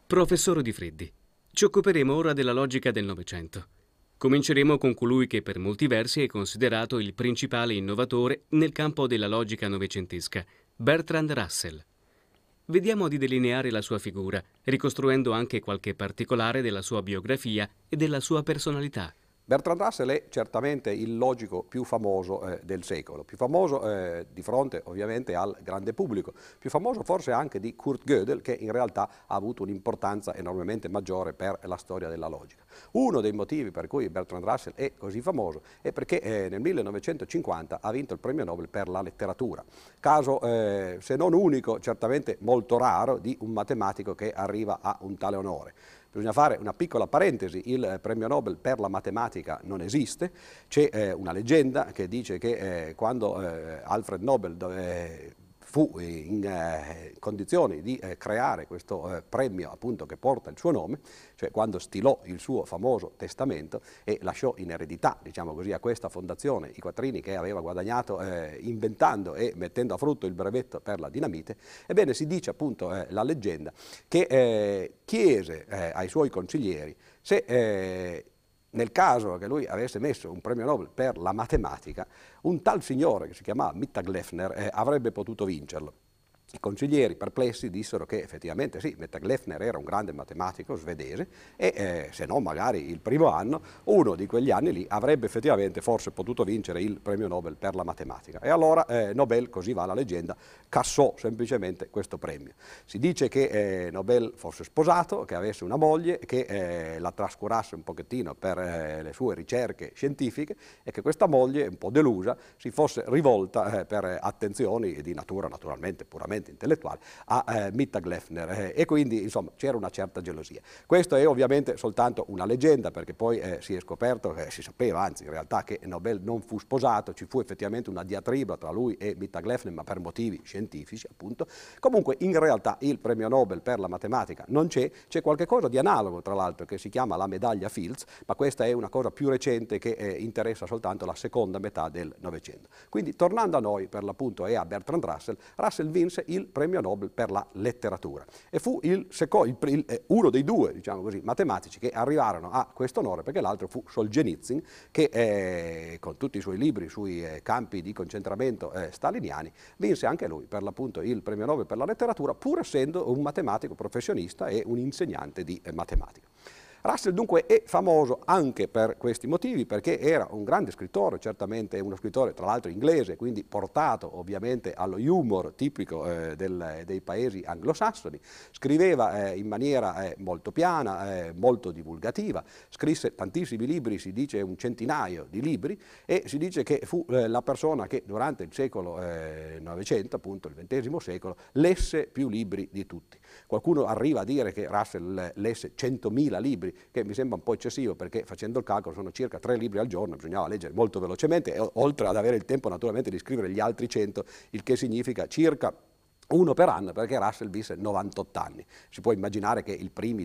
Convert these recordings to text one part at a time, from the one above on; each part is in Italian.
Professore Di Freddi, ci occuperemo ora della logica del Novecento. Cominceremo con colui che per molti versi è considerato il principale innovatore nel campo della logica novecentesca, Bertrand Russell. Vediamo di delineare la sua figura, ricostruendo anche qualche particolare della sua biografia e della sua personalità. Bertrand Russell è certamente il logico più famoso del secolo, più famoso di fronte ovviamente al grande pubblico, più famoso forse anche di Kurt Gödel, che in realtà ha avuto un'importanza enormemente maggiore per la storia della logica. Uno dei motivi per cui Bertrand Russell è così famoso è perché nel 1950 ha vinto il premio Nobel per la letteratura, caso se non unico, certamente molto raro, di un matematico che arriva a un tale onore. Bisogna fare una piccola parentesi: il premio Nobel per la matematica non esiste, c'è una leggenda che dice che quando Alfred Nobel fu in condizioni di creare questo premio appunto che porta il suo nome, cioè quando stilò il suo famoso testamento e lasciò in eredità, diciamo così, a questa fondazione i quattrini che aveva guadagnato inventando e mettendo a frutto il brevetto per la dinamite, ebbene si dice appunto la leggenda che chiese ai suoi consiglieri se nel caso che lui avesse messo un premio Nobel per la matematica, un tal signore che si chiamava Mittag-Leffner avrebbe potuto vincerlo. I consiglieri perplessi dissero che effettivamente sì, Mittag-Leffner era un grande matematico svedese e se no magari il primo anno, uno di quegli anni lì, avrebbe effettivamente forse potuto vincere il premio Nobel per la matematica. E allora Nobel, così va la leggenda, cassò semplicemente questo premio. Si dice che Nobel fosse sposato, che avesse una moglie, che la trascurasse un pochettino per le sue ricerche scientifiche e che questa moglie, un po' delusa, si fosse rivolta per attenzioni di natura naturalmente puramente intellettuale a Mittag-Leffner e quindi insomma c'era una certa gelosia. Questo è ovviamente soltanto una leggenda, perché poi si è scoperto, si sapeva anzi in realtà, che Nobel non fu sposato, ci fu effettivamente una diatriba tra lui e Mittag-Leffner, ma per motivi scientifici appunto. Comunque in realtà il premio Nobel per la matematica non c'è qualche cosa di analogo tra l'altro che si chiama la medaglia Fields, ma questa è una cosa più recente che interessa soltanto la seconda metà del Novecento. Quindi tornando a noi per l'appunto e a Bertrand Russell, Russell vinse il premio Nobel per la letteratura e fu uno dei due, diciamo così, matematici che arrivarono a questo onore, perché l'altro fu Solzhenitsyn, che con tutti i suoi libri sui campi di concentramento staliniani vinse anche lui per l'appunto il premio Nobel per la letteratura, pur essendo un matematico professionista e un insegnante di matematica. Russell dunque è famoso anche per questi motivi, perché era un grande scrittore, certamente uno scrittore tra l'altro inglese, quindi portato ovviamente allo humor tipico dei paesi anglosassoni, scriveva in maniera molto piana, molto divulgativa, scrisse tantissimi libri, si dice un centinaio di libri, e si dice che fu la persona che durante il secolo Novecento, appunto il XX secolo, lesse più libri di tutti. Qualcuno arriva a dire che Russell lesse 100.000 libri, che mi sembra un po' eccessivo, perché facendo il calcolo sono circa 3 libri al giorno, bisognava leggere molto velocemente, oltre ad avere il tempo naturalmente di scrivere gli altri 100, il che significa circa uno per anno, perché Russell visse 98 anni. Si può immaginare che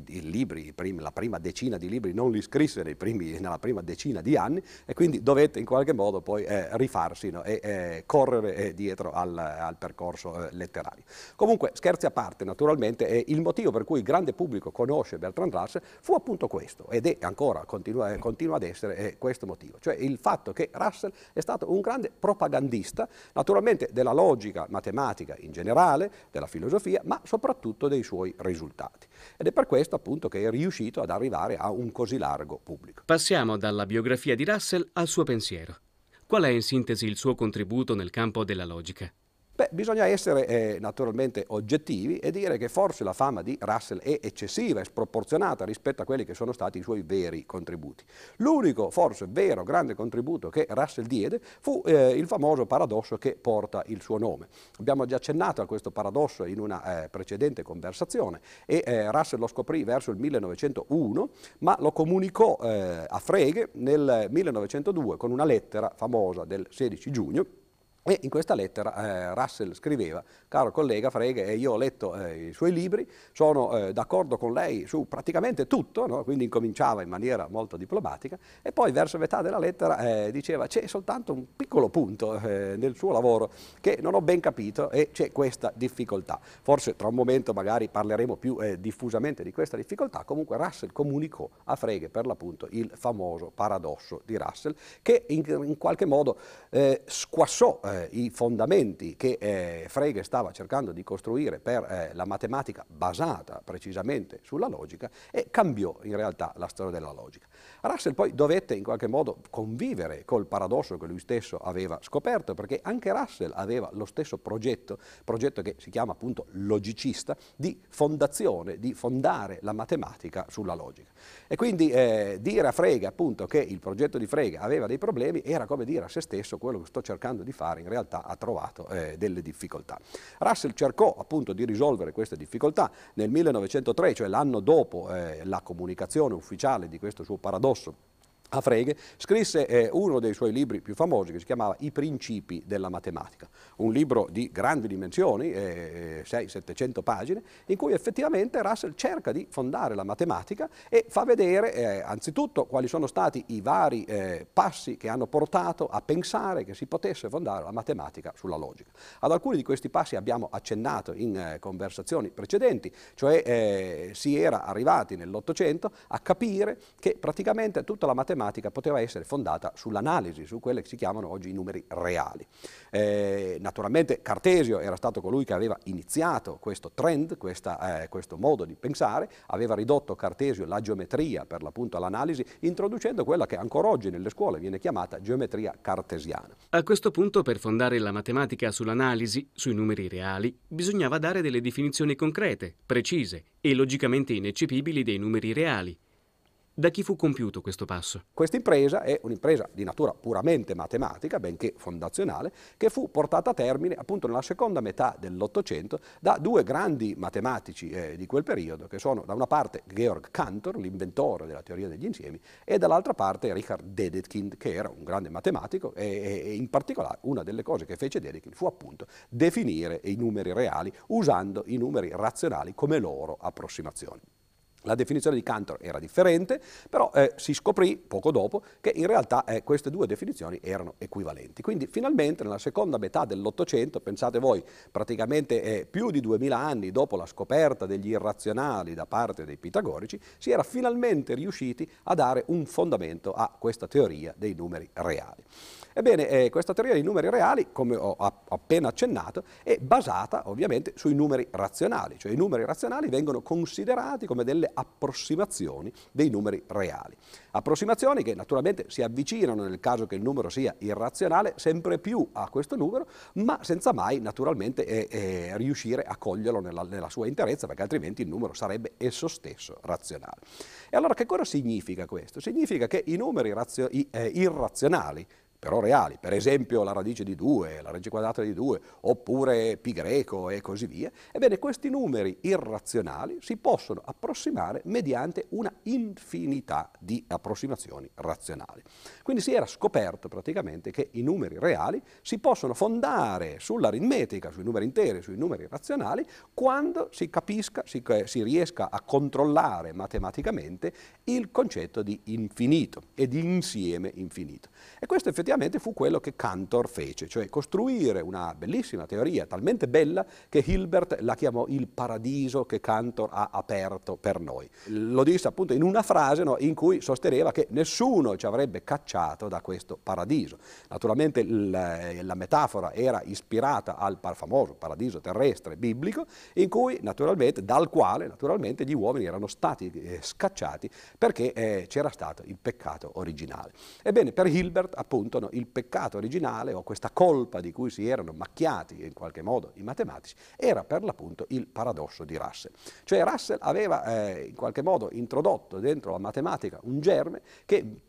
la prima decina di libri non li scrisse nella prima decina di anni, e quindi dovette in qualche modo poi rifarsi, no, e correre dietro al percorso letterario. Comunque, scherzi a parte, naturalmente, il motivo per cui il grande pubblico conosce Bertrand Russell fu appunto questo, ed è ancora, continua ad essere questo motivo, cioè il fatto che Russell è stato un grande propagandista, naturalmente della logica matematica in generale, della filosofia, ma soprattutto dei suoi risultati. Ed è per questo appunto che è riuscito ad arrivare a un così largo pubblico. Passiamo dalla biografia di Russell al suo pensiero. Qual è in sintesi il suo contributo nel campo della logica? Beh, bisogna essere naturalmente oggettivi e dire che forse la fama di Russell è eccessiva e sproporzionata rispetto a quelli che sono stati i suoi veri contributi. L'unico, forse vero, grande contributo che Russell diede fu il famoso paradosso che porta il suo nome. Abbiamo già accennato a questo paradosso in una precedente conversazione e Russell lo scoprì verso il 1901, ma lo comunicò a Frege nel 1902 con una lettera famosa del 16 giugno, E in questa lettera Russell scriveva: caro collega Frege, io ho letto i suoi libri, sono d'accordo con lei su praticamente tutto, no? Quindi incominciava in maniera molto diplomatica, e poi verso metà della lettera diceva: c'è soltanto un piccolo punto nel suo lavoro che non ho ben capito e c'è questa difficoltà. Forse tra un momento magari parleremo più diffusamente di questa difficoltà. Comunque Russell comunicò a Frege per l'appunto il famoso paradosso di Russell, che in qualche modo squassò i fondamenti che Frege stava cercando di costruire per la matematica basata precisamente sulla logica, e cambiò in realtà la storia della logica. Russell poi dovette in qualche modo convivere col paradosso che lui stesso aveva scoperto, perché anche Russell aveva lo stesso progetto che si chiama appunto logicista, di fondazione, di fondare la matematica sulla logica. E quindi dire a Frege appunto che il progetto di Frege aveva dei problemi era come dire a se stesso: quello che sto cercando di fare in realtà ha trovato delle difficoltà. Russell cercò appunto di risolvere queste difficoltà nel 1903, cioè l'anno dopo la comunicazione ufficiale di questo suo paradosso a Frege, scrisse uno dei suoi libri più famosi, che si chiamava I principi della matematica, un libro di grandi dimensioni, 600-700 pagine, in cui effettivamente Russell cerca di fondare la matematica e fa vedere anzitutto quali sono stati i vari passi che hanno portato a pensare che si potesse fondare la matematica sulla logica. Ad alcuni di questi passi abbiamo accennato in conversazioni precedenti, cioè si era arrivati nell'Ottocento a capire che praticamente tutta la matematica poteva essere fondata sull'analisi, su quelle che si chiamano oggi i numeri reali. Naturalmente Cartesio era stato colui che aveva iniziato questo trend, questo modo di pensare, aveva ridotto Cartesio la geometria per l'appunto all'analisi, introducendo quella che ancora oggi nelle scuole viene chiamata geometria cartesiana. A questo punto, per fondare la matematica sull'analisi, sui numeri reali, bisognava dare delle definizioni concrete, precise e logicamente ineccepibili dei numeri reali. Da chi fu compiuto questo passo? Questa impresa è un'impresa di natura puramente matematica, benché fondazionale, che fu portata a termine appunto nella seconda metà dell'Ottocento da due grandi matematici di quel periodo, che sono da una parte Georg Cantor, l'inventore della teoria degli insiemi, e dall'altra parte Richard Dedekind, che era un grande matematico, e in particolare una delle cose che fece Dedekind fu appunto definire i numeri reali usando i numeri razionali come loro approssimazioni. La definizione di Cantor era differente, però si scoprì poco dopo che in realtà queste due definizioni erano equivalenti. Quindi finalmente nella seconda metà dell'Ottocento, pensate voi, praticamente più di 2000 anni dopo la scoperta degli irrazionali da parte dei pitagorici, si era finalmente riusciti a dare un fondamento a questa teoria dei numeri reali. Ebbene, questa teoria dei numeri reali, come ho appena accennato, è basata ovviamente sui numeri razionali, cioè i numeri razionali vengono considerati come delle approssimazioni dei numeri reali. Approssimazioni che naturalmente si avvicinano, nel caso che il numero sia irrazionale, sempre più a questo numero, ma senza mai naturalmente riuscire a coglierlo nella sua interezza, perché altrimenti il numero sarebbe esso stesso razionale. E allora che cosa significa questo? Significa che i numeri irrazionali, però reali, per esempio la radice di 2, la radice quadrata di 2, oppure pi greco e così via, ebbene questi numeri irrazionali si possono approssimare mediante una infinità di approssimazioni razionali. Quindi si era scoperto praticamente che i numeri reali si possono fondare sull'aritmetica, sui numeri interi, sui numeri razionali, quando si capisca, si riesca a controllare matematicamente il concetto di infinito e di insieme infinito. E questo effettivamente fu quello che Cantor fece, cioè costruire una bellissima teoria, talmente bella che Hilbert la chiamò il paradiso che Cantor ha aperto per noi. Lo disse appunto in una frase, no, in cui sosteneva che nessuno ci avrebbe cacciato da questo paradiso. Naturalmente la metafora era ispirata al famoso paradiso terrestre biblico, in cui dal quale naturalmente gli uomini erano stati scacciati perché c'era stato il peccato originale. Ebbene, per Hilbert appunto il peccato originale, o questa colpa di cui si erano macchiati in qualche modo i matematici, era per l'appunto il paradosso di Russell. Cioè Russell aveva in qualche modo introdotto dentro la matematica un germe che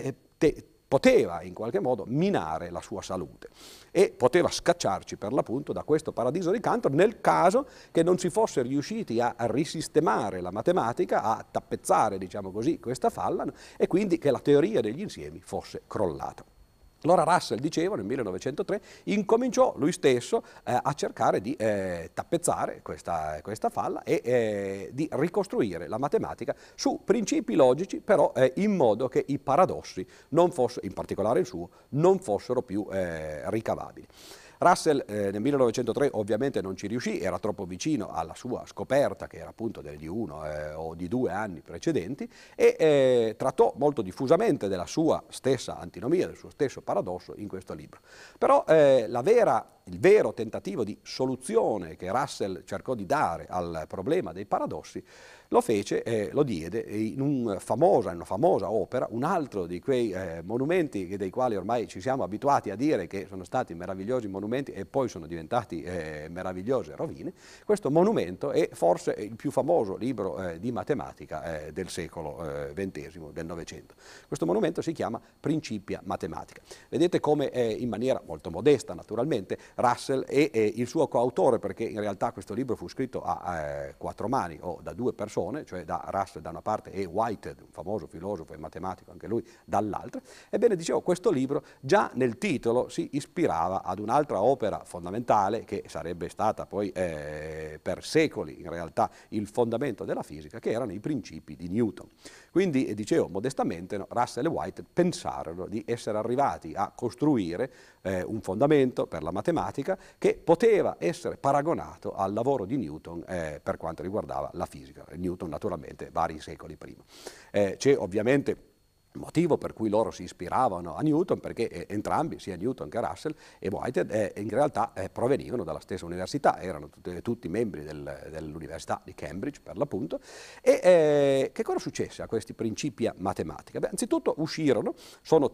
poteva in qualche modo minare la sua salute e poteva scacciarci per l'appunto da questo paradiso di Cantor, nel caso che non si fosse riusciti a risistemare la matematica, a tappezzare, diciamo così, questa falla, e quindi che la teoria degli insiemi fosse crollata. Allora Russell, dicevo, nel 1903 incominciò lui stesso a cercare di tappezzare questa falla e di ricostruire la matematica su principi logici, però in modo che i paradossi, non fossero, in particolare il suo, non fossero più ricavabili. Russell nel 1903 ovviamente non ci riuscì, era troppo vicino alla sua scoperta, che era appunto di 1 o di 2 anni precedenti, e trattò molto diffusamente della sua stessa antinomia, del suo stesso paradosso in questo libro. Però il vero tentativo di soluzione che Russell cercò di dare al problema dei paradossi lo diede in una famosa opera, un altro di quei monumenti dei quali ormai ci siamo abituati a dire che sono stati meravigliosi monumenti e poi sono diventati meravigliose rovine. Questo monumento è forse il più famoso libro di matematica del secolo XX, del Novecento. Questo monumento si chiama Principia Mathematica. Vedete come in maniera molto modesta, naturalmente, Russell e il suo coautore, perché in realtà questo libro fu scritto a 4 mani o da 2 persone, cioè da Russell da una parte e Whitehead, un famoso filosofo e matematico anche lui, dall'altra. Ebbene, dicevo, questo libro già nel titolo si ispirava ad un'altra opera fondamentale che sarebbe stata poi per secoli in realtà il fondamento della fisica, che erano i principi di Newton. Quindi, dicevo, modestamente, no, Russell e Whitehead pensarono di essere arrivati a costruire un fondamento per la matematica che poteva essere paragonato al lavoro di Newton per quanto riguardava la fisica. Newton naturalmente vari secoli prima. C'è ovviamente motivo per cui loro si ispiravano a Newton, perché entrambi, sia Newton che Russell e Whitehead, in realtà provenivano dalla stessa università, erano tutti membri dell'Università di Cambridge per l'appunto. E che cosa successe a questi Principia Mathematica? Beh, anzitutto uscirono, sono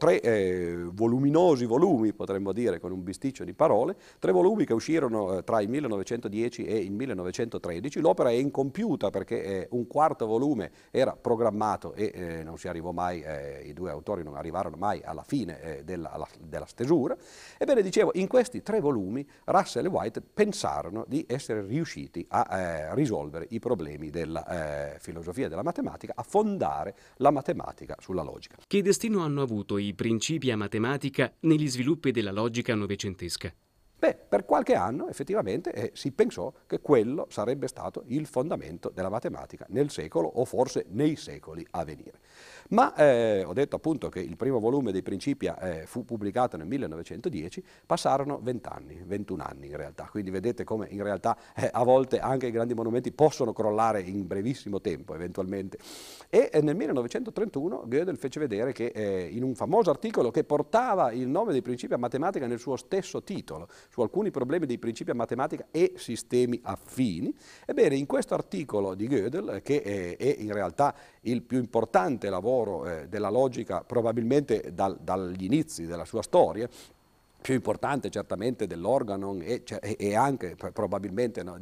3 voluminosi volumi, potremmo dire con un bisticcio di parole, 3 volumi che uscirono tra il 1910 e il 1913. L'opera è incompiuta perché un quarto volume era programmato e non si arrivò mai, i 2 autori non arrivarono mai alla fine della stesura. Ebbene, dicevo, in questi 3 volumi Russell e Whitehead pensarono di essere riusciti a risolvere i problemi della filosofia della matematica, a fondare la matematica sulla logica. Che destino hanno avuto i principi a matematica negli sviluppi della logica novecentesca? Beh, per qualche anno effettivamente si pensò che quello sarebbe stato il fondamento della matematica nel secolo o forse nei secoli a venire. Ma ho detto appunto che il primo volume dei Principia fu pubblicato nel 1910, passarono 20 anni, 21 anni in realtà, quindi vedete come in realtà a volte anche i grandi monumenti possono crollare in brevissimo tempo eventualmente. E nel 1931 Gödel fece vedere che in un famoso articolo che portava il nome dei Principia Matematica nel suo stesso titolo, su alcuni problemi dei principi a matematica e sistemi affini. Ebbene, in questo articolo di Gödel, che è in realtà il più importante lavoro della logica probabilmente dagli inizi della sua storia, più importante certamente dell'Organon e anche probabilmente, no,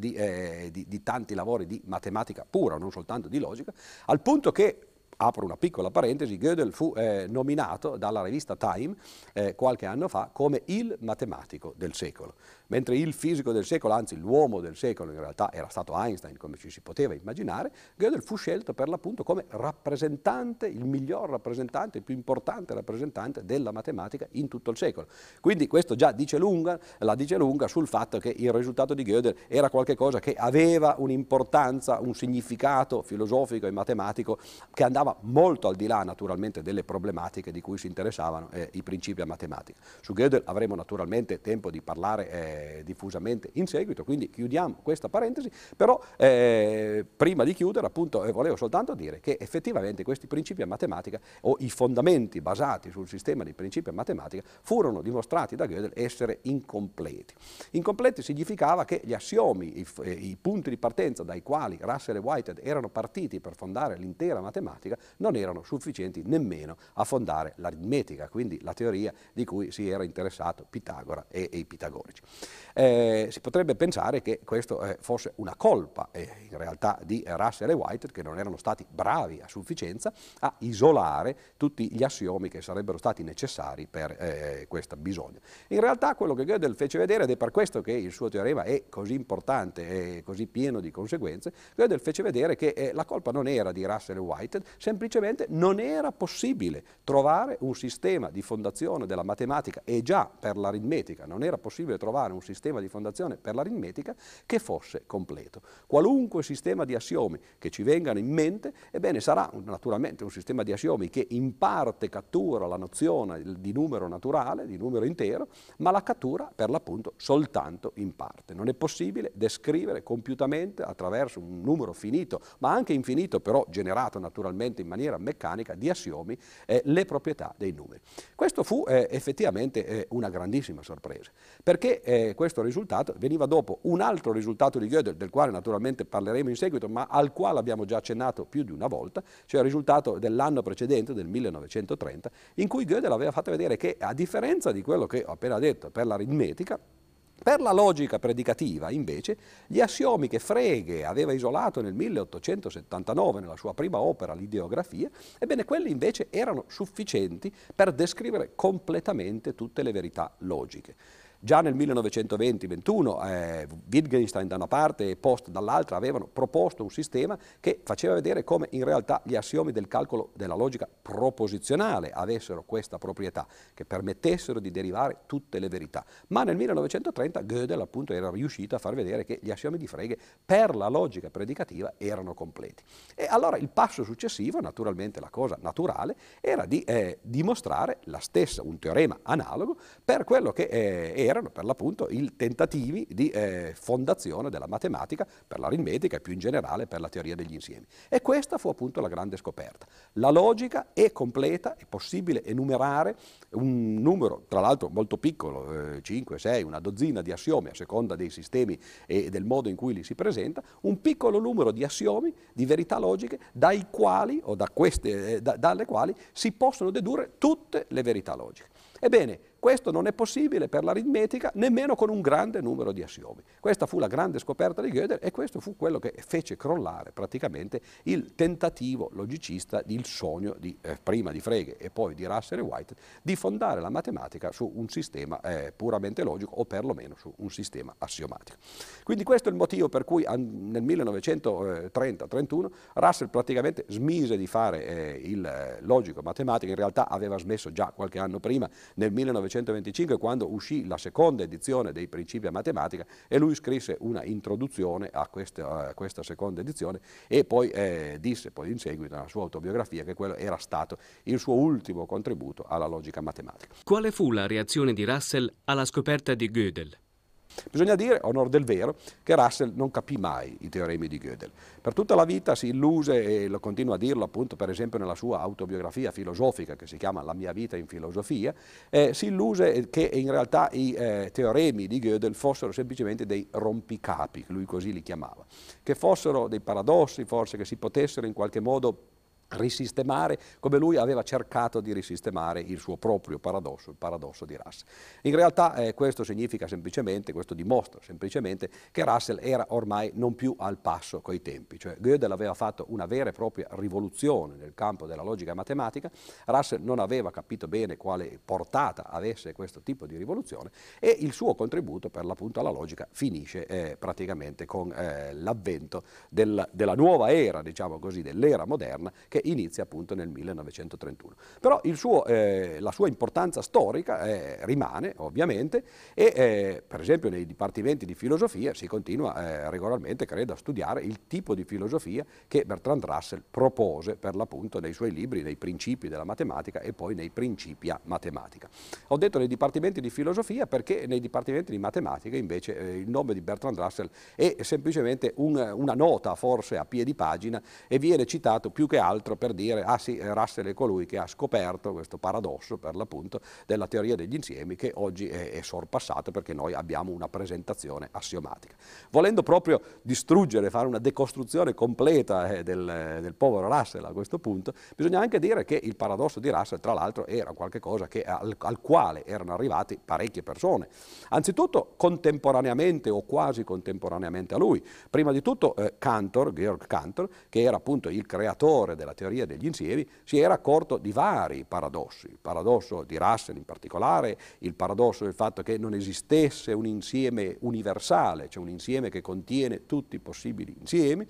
di tanti lavori di matematica pura, non soltanto di logica, al punto che, apro una piccola parentesi, Gödel fu nominato dalla rivista Time qualche anno fa come il matematico del secolo, mentre il fisico del secolo, anzi l'uomo del secolo in realtà era stato Einstein, come ci si poteva immaginare. Gödel fu scelto per l'appunto come rappresentante, il miglior rappresentante, il più importante rappresentante della matematica in tutto il secolo. Quindi questo già la dice lunga sul fatto che il risultato di Gödel era qualcosa che aveva un'importanza, un significato filosofico e matematico che andava molto al di là naturalmente delle problematiche di cui si interessavano i principi a matematica. Su Gödel avremo naturalmente tempo di parlare diffusamente in seguito, quindi chiudiamo questa parentesi, però prima di chiudere appunto volevo soltanto dire che effettivamente questi principi a matematica o i fondamenti basati sul sistema dei principi a matematica furono dimostrati da Gödel essere incompleti. Incompleti significava che gli assiomi, i punti di partenza dai quali Russell e Whitehead erano partiti per fondare l'intera matematica non erano sufficienti nemmeno a fondare l'aritmetica, quindi la teoria di cui si era interessato Pitagora e i pitagorici. Si potrebbe pensare che questo fosse una colpa in realtà di Russell e Whitehead, che non erano stati bravi a sufficienza a isolare tutti gli assiomi che sarebbero stati necessari per questo bisogno. In realtà quello che Gödel fece vedere, ed è per questo che il suo teorema è così importante e così pieno di conseguenze, Gödel fece vedere che la colpa non era di Russell e Whitehead, semplicemente non era possibile trovare un sistema di fondazione della matematica, e già per l'aritmetica non era possibile trovare un sistema di fondazione per l'aritmetica che fosse completo. Qualunque sistema di assiomi che ci vengano in mente, ebbene sarà naturalmente un sistema di assiomi che in parte cattura la nozione di numero naturale, di numero intero, ma la cattura per l'appunto soltanto in parte. Non è possibile descrivere compiutamente attraverso un numero finito, ma anche infinito, però generato naturalmente in maniera meccanica, di assiomi, le proprietà dei numeri. Questo fu effettivamente una grandissima sorpresa, perché questo risultato veniva dopo un altro risultato di Gödel, del quale naturalmente parleremo in seguito, ma al quale abbiamo già accennato più di una volta, cioè il risultato dell'anno precedente, del 1930, in cui Gödel aveva fatto vedere che, a differenza di quello che ho appena detto per l'aritmetica, per la logica predicativa, invece, gli assiomi che Frege aveva isolato nel 1879 nella sua prima opera, l'ideografia, ebbene quelli invece erano sufficienti per descrivere completamente tutte le verità logiche. Già nel 1920-21 Wittgenstein da una parte e Post dall'altra avevano proposto un sistema che faceva vedere come in realtà gli assiomi del calcolo della logica proposizionale avessero questa proprietà, che permettessero di derivare tutte le verità. Ma nel 1930 Gödel appunto era riuscito a far vedere che gli assiomi di Frege per la logica predicativa erano completi. E allora il passo successivo, naturalmente la cosa naturale, era di dimostrare la stessa, un teorema analogo per quello che erano per l'appunto i tentativi di fondazione della matematica per l'aritmetica e più in generale per la teoria degli insiemi. E questa fu appunto la grande scoperta. La logica è completa, è possibile enumerare un numero, tra l'altro molto piccolo, 5, 6, una dozzina di assiomi a seconda dei sistemi e del modo in cui li si presenta, un piccolo numero di assiomi, di verità logiche, dai quali o dalle quali si possono dedurre tutte le verità logiche. Ebbene, questo non è possibile per l'aritmetica nemmeno con un grande numero di assiomi. Questa fu la grande scoperta di Gödel e questo fu quello che fece crollare praticamente il tentativo logicista, il sogno prima di Frege e poi di Russell e Whitehead di fondare la matematica su un sistema puramente logico o perlomeno su un sistema assiomatico. Quindi questo è il motivo per cui nel 1930-31 Russell praticamente smise di fare il logico matematico, in realtà aveva smesso già qualche anno prima, nel 1925, quando uscì la seconda edizione dei Principi a Matematica, e lui scrisse una introduzione a questa seconda edizione e poi disse poi in seguito nella sua autobiografia che quello era stato il suo ultimo contributo alla logica matematica. Quale fu la reazione di Russell alla scoperta di Gödel? Bisogna dire, a onor del vero, che Russell non capì mai i teoremi di Gödel. Per tutta la vita si illuse, e lo continua a dirlo appunto per esempio nella sua autobiografia filosofica che si chiama La mia vita in filosofia, si illuse che in realtà i teoremi di Gödel fossero semplicemente dei rompicapi, lui così li chiamava, che fossero dei paradossi forse che si potessero in qualche modo risistemare come lui aveva cercato di risistemare il suo proprio paradosso, il paradosso di Russell. In realtà questo significa semplicemente, questo dimostra semplicemente che Russell era ormai non più al passo coi tempi, cioè Gödel aveva fatto una vera e propria rivoluzione nel campo della logica matematica, Russell non aveva capito bene quale portata avesse questo tipo di rivoluzione e il suo contributo per l'appunto alla logica finisce praticamente con l'avvento della nuova era, diciamo così, dell'era moderna, che inizia appunto nel 1931. Però la sua importanza storica rimane ovviamente e per esempio nei dipartimenti di filosofia si continua regolarmente, credo, a studiare il tipo di filosofia che Bertrand Russell propose per l'appunto nei suoi libri, nei principi della matematica e poi nei principi a matematica. Ho detto nei dipartimenti di filosofia perché nei dipartimenti di matematica invece il nome di Bertrand Russell è semplicemente una nota forse a piedi pagina e viene citato più che altro per dire ah sì, Russell è colui che ha scoperto questo paradosso per l'appunto della teoria degli insiemi che oggi è sorpassato perché noi abbiamo una presentazione assiomatica. Volendo proprio distruggere, fare una decostruzione completa del povero Russell a questo punto, bisogna anche dire che il paradosso di Russell tra l'altro era qualcosa al quale erano arrivati parecchie persone, anzitutto contemporaneamente o quasi contemporaneamente a lui. Prima di tutto Georg Cantor, che era appunto il creatore della teoria degli insiemi, si era accorto di vari paradossi, il paradosso di Russell in particolare, il paradosso del fatto che non esistesse un insieme universale, cioè un insieme che contiene tutti i possibili insiemi,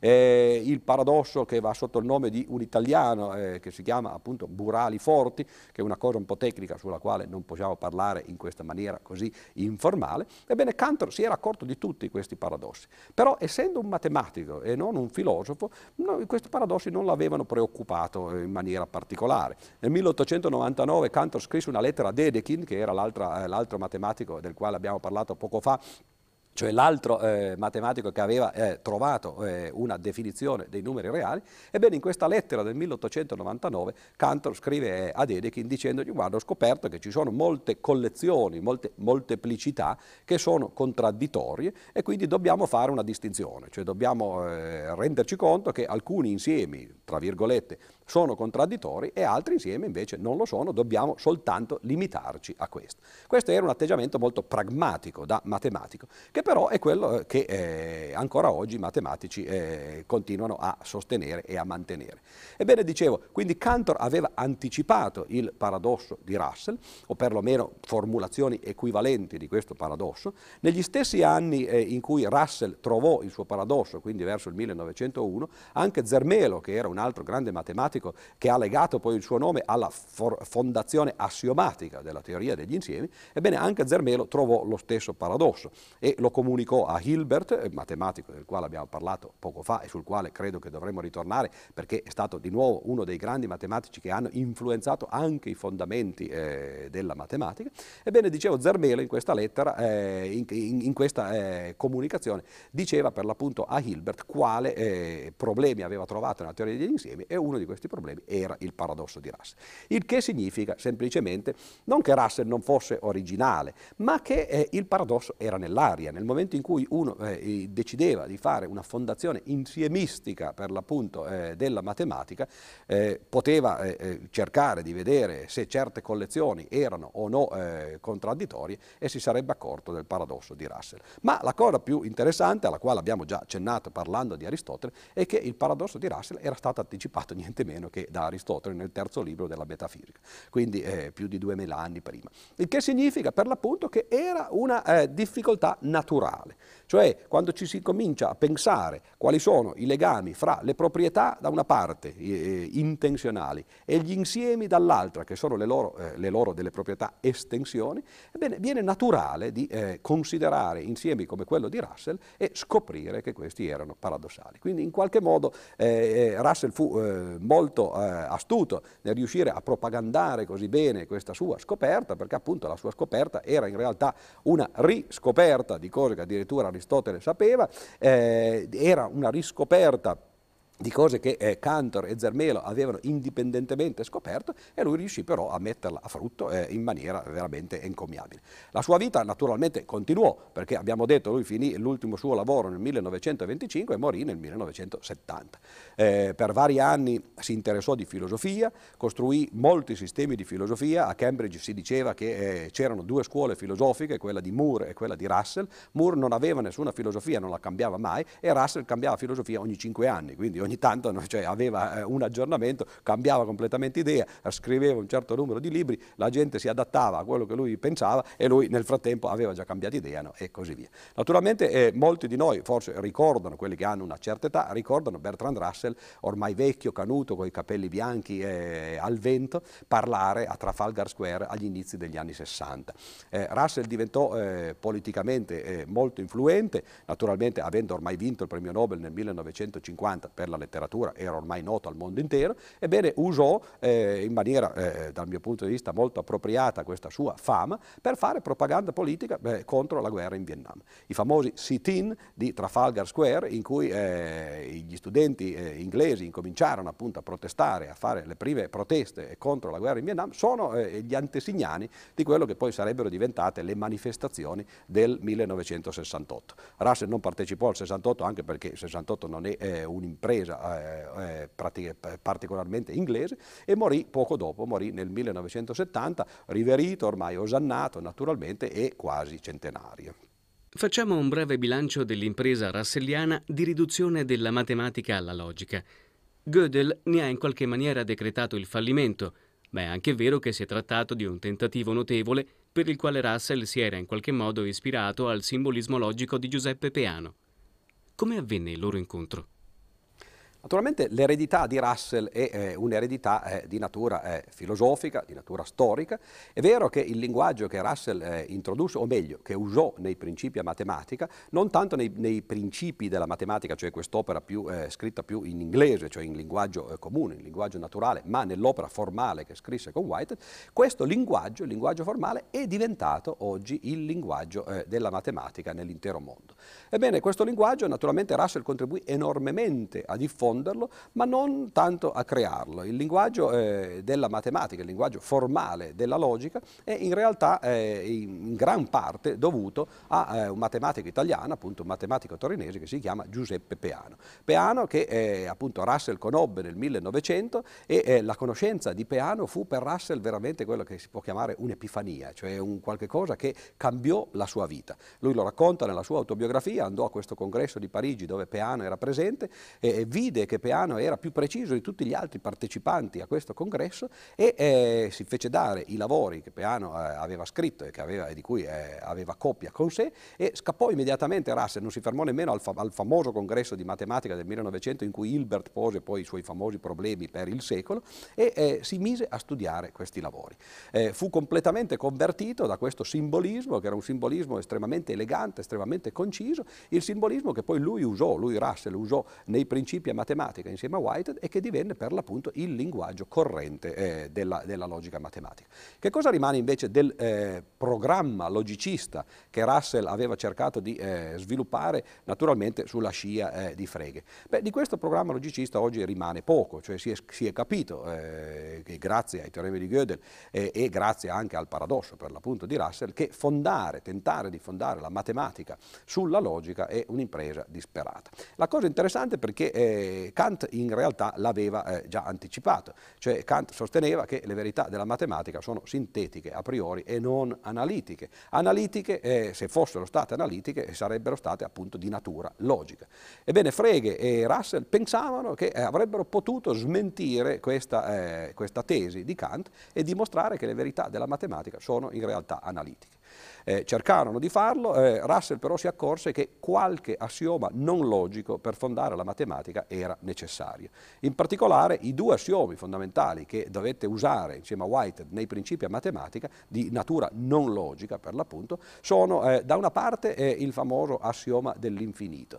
il paradosso che va sotto il nome di un italiano che si chiama appunto Burali Forti, che è una cosa un po' tecnica sulla quale non possiamo parlare in questa maniera così informale. Ebbene, Cantor si era accorto di tutti questi paradossi, però essendo un matematico e non un filosofo, questi paradossi non l'avevano preoccupato in maniera particolare. Nel 1899 Cantor scrisse una lettera a Dedekind, che era l'altro matematico del quale abbiamo parlato poco fa, cioè l'altro matematico che aveva trovato una definizione dei numeri reali. Ebbene, in questa lettera del 1899 Cantor scrive a Dedekind dicendogli: guarda, ho scoperto che ci sono molte collezioni, molte molteplicità che sono contraddittorie e quindi dobbiamo fare una distinzione, cioè dobbiamo renderci conto che alcuni insiemi, tra virgolette, sono contraddittori e altri insieme invece non lo sono, dobbiamo soltanto limitarci a questo. Questo era un atteggiamento molto pragmatico da matematico, che però è quello che ancora oggi i matematici continuano a sostenere e a mantenere. Ebbene, dicevo, quindi Cantor aveva anticipato il paradosso di Russell, o perlomeno formulazioni equivalenti di questo paradosso. Negli stessi anni in cui Russell trovò il suo paradosso, quindi verso il 1901, anche Zermelo, che era un altro grande matematico che ha legato poi il suo nome alla fondazione assiomatica della teoria degli insiemi, ebbene anche Zermelo trovò lo stesso paradosso e lo comunicò a Hilbert, matematico del quale abbiamo parlato poco fa e sul quale credo che dovremmo ritornare, perché è stato di nuovo uno dei grandi matematici che hanno influenzato anche i fondamenti della matematica. Ebbene, dicevo, Zermelo in questa lettera, in questa comunicazione, diceva per l'appunto a Hilbert quale problemi aveva trovato nella teoria degli insiemi, e uno di questi problemi era il paradosso di Russell. Il che significa semplicemente non che Russell non fosse originale, ma che il paradosso era nell'aria. Nel momento in cui uno decideva di fare una fondazione insiemistica per l'appunto della matematica, poteva cercare di vedere se certe collezioni erano o no contraddittorie e si sarebbe accorto del paradosso di Russell. Ma la cosa più interessante, alla quale abbiamo già accennato parlando di Aristotele, è che il paradosso di Russell era stato anticipato niente meno che da Aristotele nel terzo libro della Metafisica, quindi più di 2000 anni prima. Il che significa per l'appunto che era una difficoltà naturale, cioè quando ci si comincia a pensare quali sono i legami fra le proprietà da una parte intenzionali e gli insiemi dall'altra, che sono le loro delle proprietà estensioni, ebbene viene naturale di considerare insiemi come quello di Russell e scoprire che questi erano paradossali. Quindi in qualche modo Russell fu molto astuto nel riuscire a propagandare così bene questa sua scoperta, perché appunto la sua scoperta era in realtà una riscoperta di cose che addirittura Aristotele sapeva, era una riscoperta di cose che Cantor e Zermelo avevano indipendentemente scoperto, e lui riuscì però a metterla a frutto in maniera veramente encomiabile. La sua vita naturalmente continuò, perché abbiamo detto lui finì l'ultimo suo lavoro nel 1925 e morì nel 1970. Per vari anni si interessò di filosofia, costruì molti sistemi di filosofia. A Cambridge si diceva che c'erano due scuole filosofiche, quella di Moore e quella di Russell. Moore non aveva nessuna filosofia, non la cambiava mai, e Russell cambiava filosofia ogni 5 anni, quindi ogni tanto cioè, aveva un aggiornamento, cambiava completamente idea, scriveva un certo numero di libri, la gente si adattava a quello che lui pensava e lui nel frattempo aveva già cambiato idea, no? E così via. Naturalmente molti di noi forse ricordano, quelli che hanno una certa età, ricordano Bertrand Russell, ormai vecchio, canuto, con i capelli bianchi al vento, parlare a Trafalgar Square agli inizi degli anni 60. Russell diventò politicamente molto influente, naturalmente avendo ormai vinto il premio Nobel nel 1950 per la letteratura, era ormai noto al mondo intero. Ebbene, usò in maniera dal mio punto di vista molto appropriata questa sua fama per fare propaganda politica contro la guerra in Vietnam. I famosi sit-in di Trafalgar Square, in cui gli studenti inglesi incominciarono appunto a protestare, a fare le prime proteste contro la guerra in Vietnam, sono gli antesignani di quello che poi sarebbero diventate le manifestazioni del 1968. Russell non partecipò al 68 anche perché il 68 non è un'impresa particolarmente inglese, e morì poco dopo, morì nel 1970, riverito, ormai osannato naturalmente e quasi centenario. Facciamo un breve bilancio dell'impresa russelliana di riduzione della matematica alla logica. Gödel ne ha in qualche maniera decretato il fallimento, ma è anche vero che si è trattato di un tentativo notevole per il quale Russell si era in qualche modo ispirato al simbolismo logico di Giuseppe Peano. Come avvenne il loro incontro? Naturalmente l'eredità di Russell è un'eredità di natura filosofica, di natura storica. È vero che il linguaggio che Russell introdusse, o meglio, che usò nei principi a matematica, non tanto nei principi della matematica, cioè quest'opera scritta più in inglese, cioè in linguaggio comune, in linguaggio naturale, ma nell'opera formale che scrisse con Whitehead, questo linguaggio, il linguaggio formale, è diventato oggi il linguaggio della matematica nell'intero mondo. Ebbene, questo linguaggio naturalmente Russell contribuì enormemente a diffonderlo, ma non tanto a crearlo. Il linguaggio della matematica, il linguaggio formale della logica, è in realtà in gran parte dovuto a un matematico italiano, appunto un matematico torinese che si chiama Giuseppe Peano. Peano che appunto Russell conobbe nel 1900 e la conoscenza di Peano fu per Russell veramente quello che si può chiamare un'epifania, cioè un qualche cosa che cambiò la sua vita. Lui lo racconta nella sua autobiografia, andò a questo congresso di Parigi dove Peano era presente e vide che Peano era più preciso di tutti gli altri partecipanti a questo congresso e si fece dare i lavori che Peano aveva scritto e di cui aveva copia con sé e scappò immediatamente Russell, non si fermò nemmeno al famoso congresso di matematica del 1900 in cui Hilbert pose poi i suoi famosi problemi per il secolo e si mise a studiare questi lavori. Fu completamente convertito da questo simbolismo, che era un simbolismo estremamente elegante, estremamente conciso, il simbolismo che poi lui Russell usò nei principi a matematica insieme a Whitehead e che divenne per l'appunto il linguaggio corrente della logica matematica. Che cosa rimane invece del programma logicista che Russell aveva cercato di sviluppare naturalmente sulla scia di Frege? Beh, di questo programma logicista oggi rimane poco, cioè si è capito che grazie ai teoremi di Gödel e grazie anche al paradosso per l'appunto di Russell che tentare di fondare la matematica sulla logica è un'impresa disperata. La cosa interessante perché Kant in realtà l'aveva già anticipato, cioè Kant sosteneva che le verità della matematica sono sintetiche a priori e non analitiche. Analitiche, se fossero state analitiche, sarebbero state appunto di natura logica. Ebbene, Frege e Russell pensavano che avrebbero potuto smentire questa tesi di Kant e dimostrare che le verità della matematica sono in realtà analitiche. Cercarono di farlo, Russell però si accorse che qualche assioma non logico per fondare la matematica era necessario. In particolare i due assiomi fondamentali che dovette usare insieme a Whitehead nei principi a matematica di natura non logica per l'appunto sono da una parte il famoso assioma dell'infinito,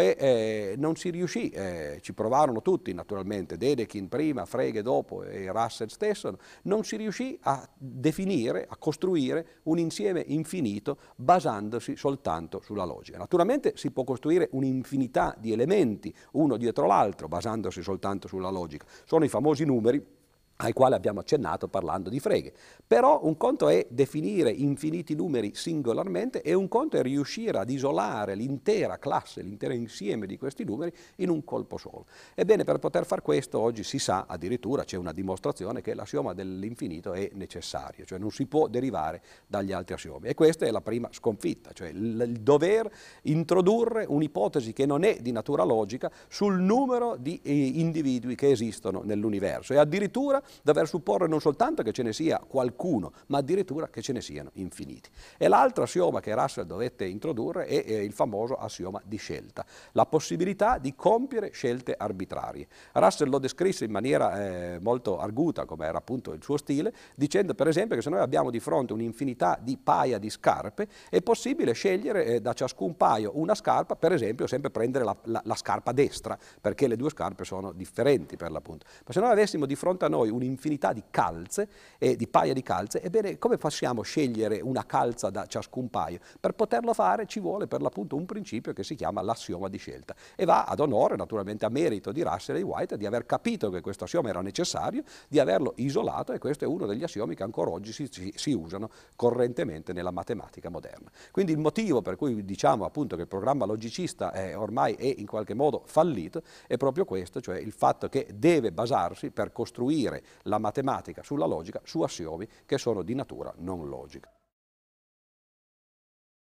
cioè non si riuscì, ci provarono tutti naturalmente, Dedekind prima, Frege dopo e Russell stesso, non si riuscì a definire, a costruire un insieme infinito basandosi soltanto sulla logica. Naturalmente si può costruire un'infinità di elementi uno dietro l'altro basandosi soltanto sulla logica. Sono i famosi numeri ai quali abbiamo accennato parlando di Frege. Però un conto è definire infiniti numeri singolarmente e un conto è riuscire ad isolare l'intera classe, l'intero insieme di questi numeri in un colpo solo. Ebbene, per poter far questo oggi si sa, addirittura c'è una dimostrazione che l'assioma dell'infinito è necessario, cioè non si può derivare dagli altri assiomi. E questa è la prima sconfitta, cioè il dover introdurre un'ipotesi che non è di natura logica sul numero di individui che esistono nell'universo e addirittura dover supporre non soltanto che ce ne sia qualcuno, ma addirittura che ce ne siano infiniti. E l'altro assioma che Russell dovette introdurre è il famoso assioma di scelta, la possibilità di compiere scelte arbitrarie. Russell lo descrisse in maniera molto arguta, come era appunto il suo stile, dicendo per esempio che se noi abbiamo di fronte un'infinità di paia di scarpe, è possibile scegliere da ciascun paio una scarpa, per esempio sempre prendere la scarpa destra, perché le due scarpe sono differenti per l'appunto. Ma se noi avessimo di fronte a noi un'infinità di calze e di paia di calze, ebbene come possiamo scegliere una calza da ciascun paio? Per poterlo fare ci vuole per l'appunto un principio che si chiama l'assioma di scelta e va ad onore naturalmente a merito di Russell e di Whitehead di aver capito che questo assioma era necessario, di averlo isolato e questo è uno degli assiomi che ancora oggi si usano correntemente nella matematica moderna. Quindi il motivo per cui diciamo appunto che il programma logicista ormai è in qualche modo fallito è proprio questo, cioè il fatto che deve basarsi per costruire la matematica sulla logica su assiomi che sono di natura non logica.